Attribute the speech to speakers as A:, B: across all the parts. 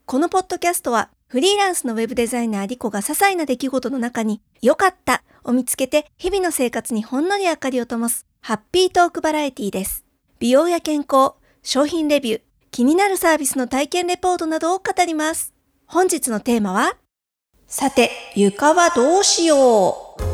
A: このポッドキャストはフリーランスのウェブデザイナーリコが些細な出来事の中に良かったを見つけて日々の生活にほんのり明かりを灯すハッピートークバラエティです。美容や健康、商品レビュー、気になるサービスの体験レポートなどを語ります。本日のテーマは、さて床はどうしよう。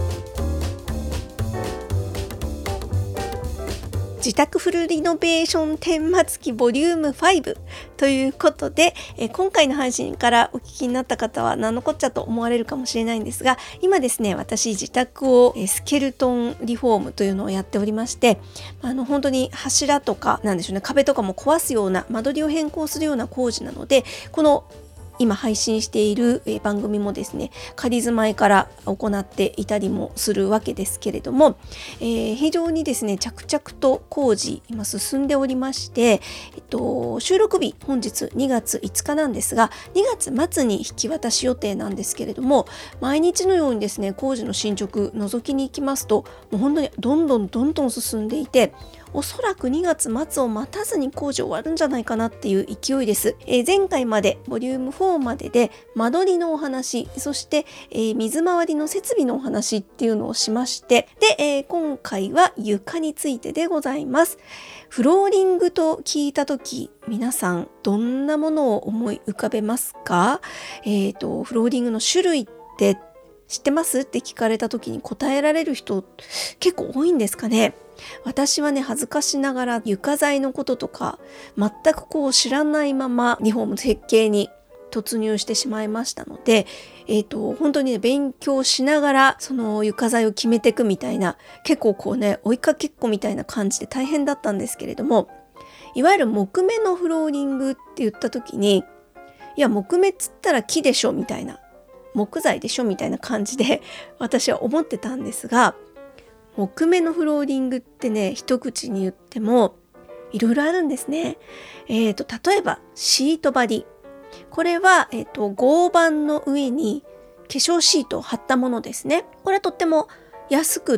A: 自宅フルリノベーション顛末期ボリューム5ということで、今回の配信からお聞きになった方は何のこっちゃと思われるかもしれないんですが、今ですね、私自宅をスケルトンリフォームというのをやっておりまして、本当に柱とかなんでしょうね、壁とかも壊すような、間取りを変更するような工事なので、この今配信している番組もですね、仮住まいから行っていたりもするわけですけれども、非常にですね、着々と工事今進んでおりまして、収録日本日2月5日なんですが、2月末に引き渡し予定なんですけれども、毎日のようにですね、工事の進捗覗きに行きますと、もう本当にどんどん進んでいて、おそらく2月末を待たずに工事終わるんじゃないかなっていう勢いです。前回までボリューム4までで間取りのお話、そして、水回りの設備のお話っていうのをしまして、で、今回は床についてでございます。フローリングと聞いたとき、皆さんどんなものを思い浮かべますか？フローリングの種類って知ってますって聞かれた時に答えられる人結構多いんですかね。私はね、恥ずかしながら床材のこととか全く知らないままリフォーム設計に突入してしまいましたので、本当にね、勉強しながらその床材を決めていくみたいな、結構追いかけっこみたいな感じで大変だったんですけれども、いわゆる木目のフローリングって言った時に、いや木目っつったら木でしょみたいな、木材でしょみたいな感じで私は思ってたんですが、木目のフローリングってね、一口に言ってもいろいろあるんですね。例えばシート張り、これは、合板の上に化粧シートを貼ったものですね。これはとっても安くって、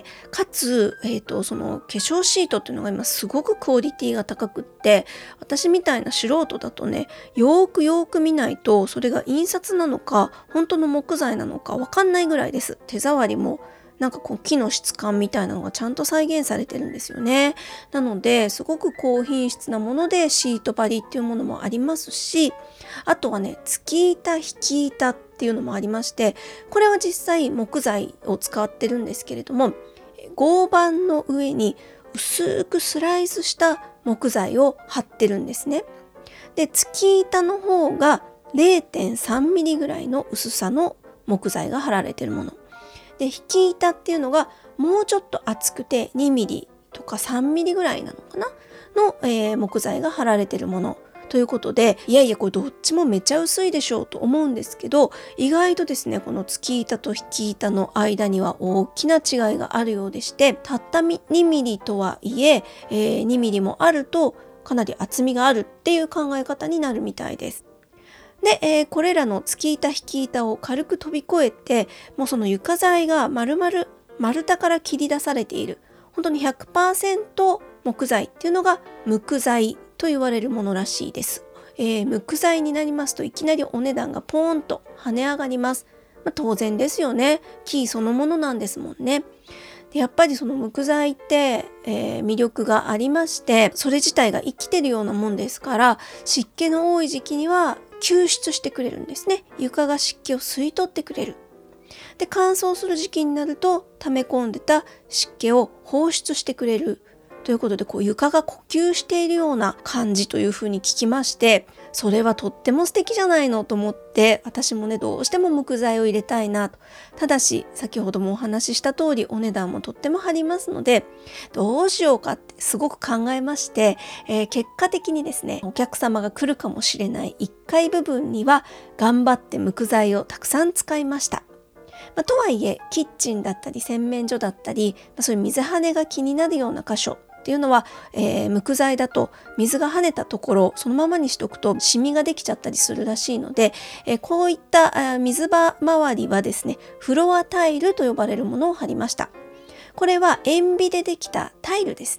A: かつ、その化粧シートっていうのが今すごくクオリティが高くって、私みたいな素人だとね、よーく見ないとそれが印刷なのか本当の木材なのかわかんないぐらいです。手触りもなんか木の質感みたいなのがちゃんと再現されてるんですよね。なのですごく高品質なものでシート張りっていうものもありますし、あとはね、突き板引き板っていうのもありまして、これは実際木材を使ってるんですけれども、合板の上に薄くスライスした木材を貼ってるんですね。で、突き板の方が 0.3 ミリぐらいの薄さの木材が貼られてるもので、引き板っていうのがもうちょっと厚くて2ミリとか3ミリぐらいなのかなの、木材が貼られてるものということで、いやこれどっちもめちゃ薄いでしょうと思うんですけど、意外とですね、この突き板と引き板の間には大きな違いがあるようでして、たった2ミリとはいえ2ミリもあるとかなり厚みがあるっていう考え方になるみたいです。で、これらの突き板引き板を軽く飛び越えて、もうその床材が丸太から切り出されている、本当に 100% 木材っていうのが無垢材と言われるものらしいです。無垢材になりますといきなりお値段がポーンと跳ね上がります。当然ですよね。木そのものなんですもんね。でやっぱりその木材って、魅力がありまして、それ自体が生きてるようなもんですから、湿気の多い時期には吸湿してくれるんですね。床が湿気を吸い取ってくれる。で、乾燥する時期になると溜め込んでた湿気を放出してくれるということで、床が呼吸しているような感じというふうに聞きまして、それはとっても素敵じゃないのと思って、私もね、どうしても木材を入れたいなと。ただし先ほどもお話しした通り、お値段もとっても張りますので、どうしようかってすごく考えまして、結果的にですね、お客様が来るかもしれない1階部分には頑張って木材をたくさん使いました。とはいえキッチンだったり洗面所だったり、そういう水跳ねが気になるような箇所っていうのは、木材だと水が跳ねたところそのままにしておくとシミができちゃったりするらしいので、こういった水場周りはですね、フロアタイルと呼ばれるものを貼りました。これは塩ビでできたタイルですね。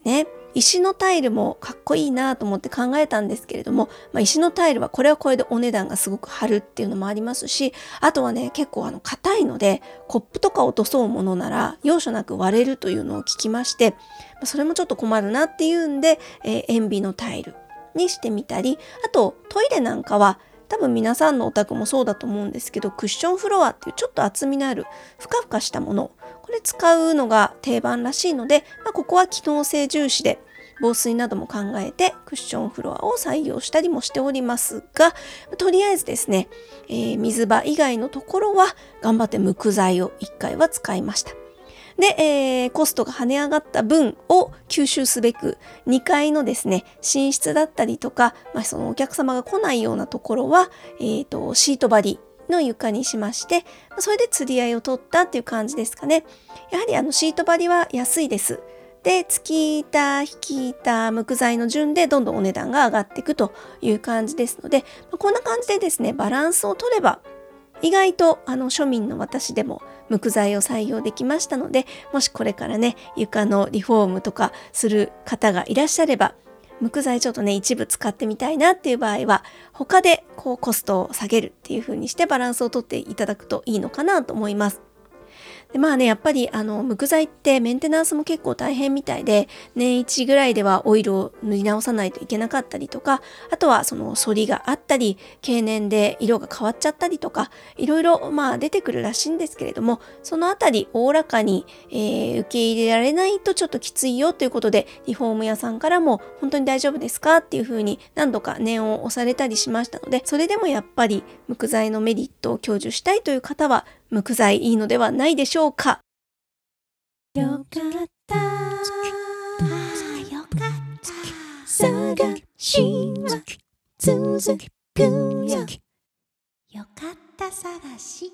A: 石のタイルもかっこいいなと思って考えたんですけれども、石のタイルはこれはこれでお値段がすごく張るっていうのもありますし、あとはね結構硬いのでコップとか落とそうものなら容赦なく割れるというのを聞きまして、それもちょっと困るなっていうんで、塩ビのタイルにしてみたり、あとトイレなんかは多分皆さんのお宅もそうだと思うんですけど、クッションフロアっていうちょっと厚みのあるふかふかしたもの、これ使うのが定番らしいので、ここは機能性重視で防水なども考えてクッションフロアを採用したりもしておりますが、とりあえずですね、水場以外のところは頑張って無垢材を1回は使いました。で、コストが跳ね上がった分を吸収すべく2階のですね寝室だったりとか、そのお客様が来ないようなところは、シート張りの床にしまして、それで釣り合いを取ったっていう感じですかね。やはりシート張りは安いです。で、付き板、引き板、無垢材の順でどんどんお値段が上がっていくという感じですので、こんな感じでですねバランスを取れば意外と庶民の私でも無垢材を採用できましたので、もしこれからね床のリフォームとかする方がいらっしゃれば、無垢材ちょっとね一部使ってみたいなっていう場合は他でコストを下げるっていう風にしてバランスを取っていただくといいのかなと思います。でやっぱり無垢材ってメンテナンスも結構大変みたいで、年一ぐらいではオイルを塗り直さないといけなかったりとか、あとはその反りがあったり経年で色が変わっちゃったりとか、いろいろ出てくるらしいんですけれども、そのあたりおおらかに、受け入れられないとちょっときついよということで、リフォーム屋さんからも本当に大丈夫ですかっていうふうに何度か念を押されたりしましたので、それでもやっぱり無垢材のメリットを享受したいという方は無垢材いいのではないでしょうか。
B: よかったよかった探しは続くよ。よかった探し。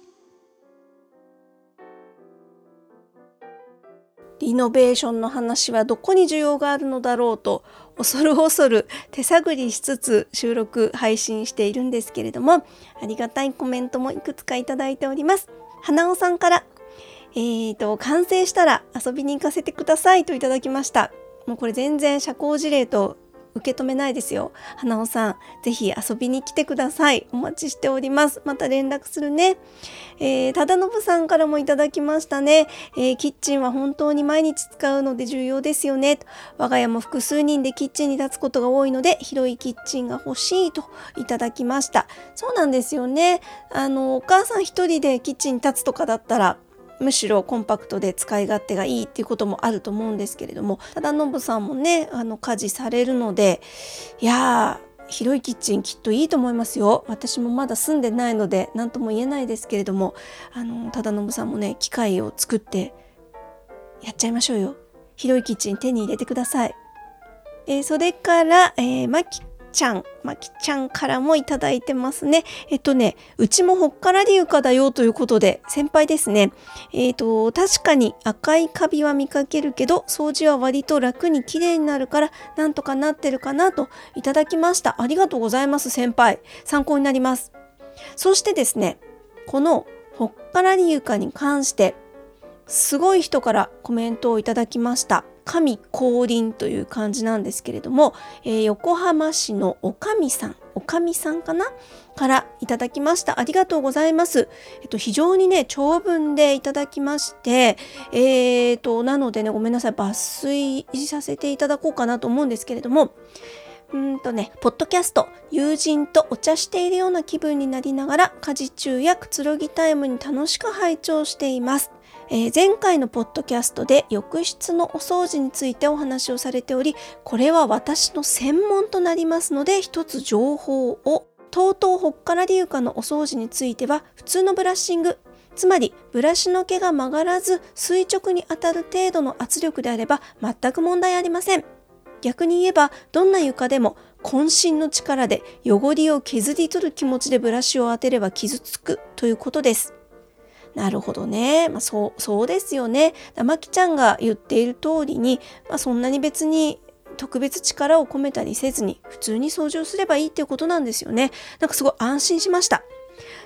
A: リノベーションの話はどこに需要があるのだろうと恐る恐る手探りしつつ収録配信しているんですけれども、ありがたいコメントもいくつかいただいております。花尾さんから完成したら遊びに行かせてくださいといただきました。もうこれ全然社交辞令と受け止めないですよ。花尾さん、ぜひ遊びに来てください。お待ちしております。また連絡するね。忠信さんからもいただきましたね。キッチンは本当に毎日使うので重要ですよね。我が家も複数人でキッチンに立つことが多いので広いキッチンが欲しいといただきました。そうなんですよね。お母さん一人でキッチンに立つとかだったらむしろコンパクトで使い勝手がいいっていうこともあると思うんですけれども、忠信さんもね家事されるので、いや広いキッチンきっといいと思いますよ。私もまだ住んでないので何とも言えないですけれども、忠信さんもね機械を作ってやっちゃいましょうよ。広いキッチン手に入れてください。それから、まきちゃんからもいただいてますね。うちもほっからり床だよということで、先輩ですね。確かに赤いカビは見かけるけど、掃除は割と楽に綺麗になるから、なんとかなってるかなといただきました。ありがとうございます、先輩。参考になります。そしてですね、このほっからり床に関して、すごい人からコメントをいただきました。神降臨という感じなんですけれども、横浜市のおかみさんかなからいただきました。ありがとうございます。非常にね長文でいただきまして、なのでねごめんなさい、抜粋させていただこうかなと思うんですけれども、ポッドキャスト、友人とお茶しているような気分になりながら家事中やくつろぎタイムに楽しく拝聴しています。前回のポッドキャストで浴室のお掃除についてお話をされており、これは私の専門となりますので一つ情報を。TOTOほっからり床のお掃除については普通のブラッシング、つまりブラシの毛が曲がらず垂直に当たる程度の圧力であれば全く問題ありません。逆に言えばどんな床でも渾身の力で汚れを削り取る気持ちでブラシを当てれば傷つくということです。なるほどね。そうですよね。まきちゃんが言っている通りに、そんなに別に特別力を込めたりせずに普通に掃除をすればいいっていうことなんですよね。なんかすごい安心しました。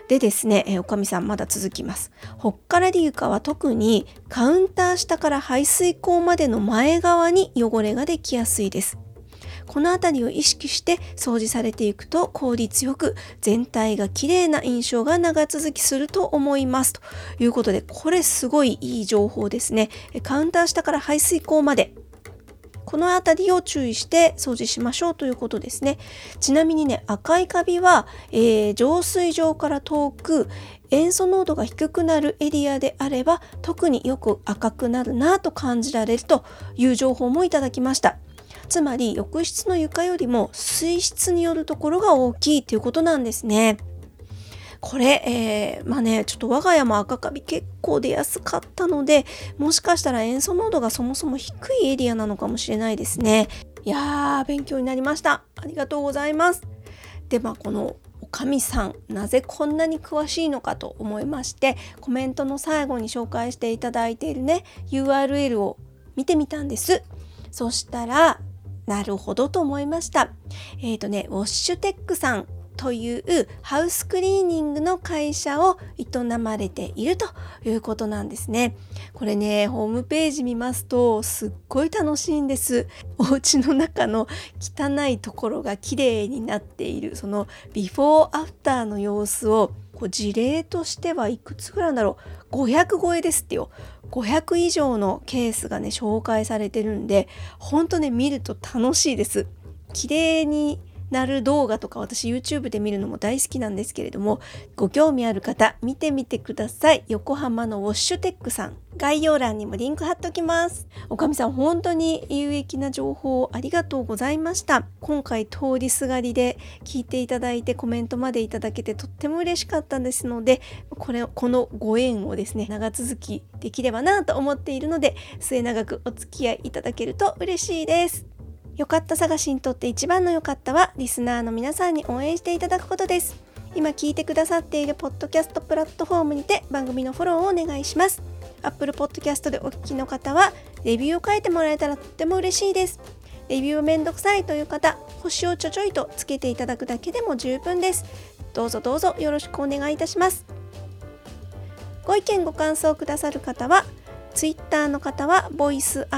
A: でですね、おかみさんまだ続きます。ほっからり床は特にカウンター下から排水口までの前側に汚れができやすいです。このあたりを意識して掃除されていくと効率よく全体が綺麗な印象が長続きすると思いますということで、これすごいいい情報ですね。カウンター下から排水口まで、このあたりを注意して掃除しましょうということですね。ちなみにね、赤いカビは、浄水場から遠く塩素濃度が低くなるエリアであれば特によく赤くなるなと感じられるという情報もいただきました。つまり浴室の床よりも水質によるところが大きいということなんですね。これ、ちょっと我が家も赤カビ結構出やすかったので、もしかしたら塩素濃度がそもそも低いエリアなのかもしれないですね。いやー、勉強になりました。ありがとうございます。で、このおかみさん、なぜこんなに詳しいのかと思いまして、コメントの最後に紹介していただいているね URL を見てみたんです。そしたらなるほどと思いました。ウォッシュテックさんというハウスクリーニングの会社を営まれているということなんですね。これね、ホームページ見ますとすっごい楽しいんです。お家の中の汚いところが綺麗になっている、そのビフォーアフターの様子を事例としてはいくつぐらいだろう、500超えですってよ。500以上のケースがね紹介されてるんで、ほんとね見ると楽しいです。綺麗になる動画とか私 YouTube で見るのも大好きなんですけれども、ご興味ある方見てみてください。横浜のウォッシュテックさん、概要欄にもリンク貼っておきます。おかみさん、本当に有益な情報をありがとうございました。今回通りすがりで聞いていただいてコメントまでいただけてとっても嬉しかったですので、このご縁をですね長続きできればなと思っているので、末永くお付き合いいただけると嬉しいです。よかった探しにとって一番のよかったはリスナーの皆さんに応援していただくことです。今聞いてくださっているポッドキャストプラットフォームにて番組のフォローをお願いします。Apple Podcast でお聞きの方はレビューを書いてもらえたらとっても嬉しいです。レビューめんどくさいという方、星をちょちょいとつけていただくだけでも十分です。どうぞよろしくお願いいたします。ご意見ご感想くださる方はツイッターの方はボイス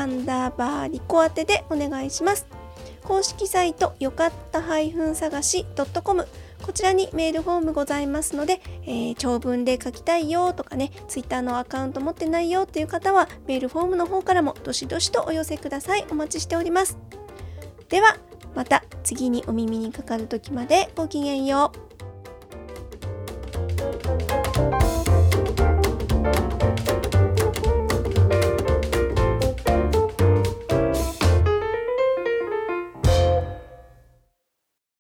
A: _リコ宛てでお願いします。公式サイトよかった探し.com、こちらにメールフォームございますので、長文で書きたいよとかね、ツイッターのアカウント持ってないよっていう方はメールフォームの方からもどしどしとお寄せください。お待ちしております。ではまた次にお耳にかかる時までごきげんよう。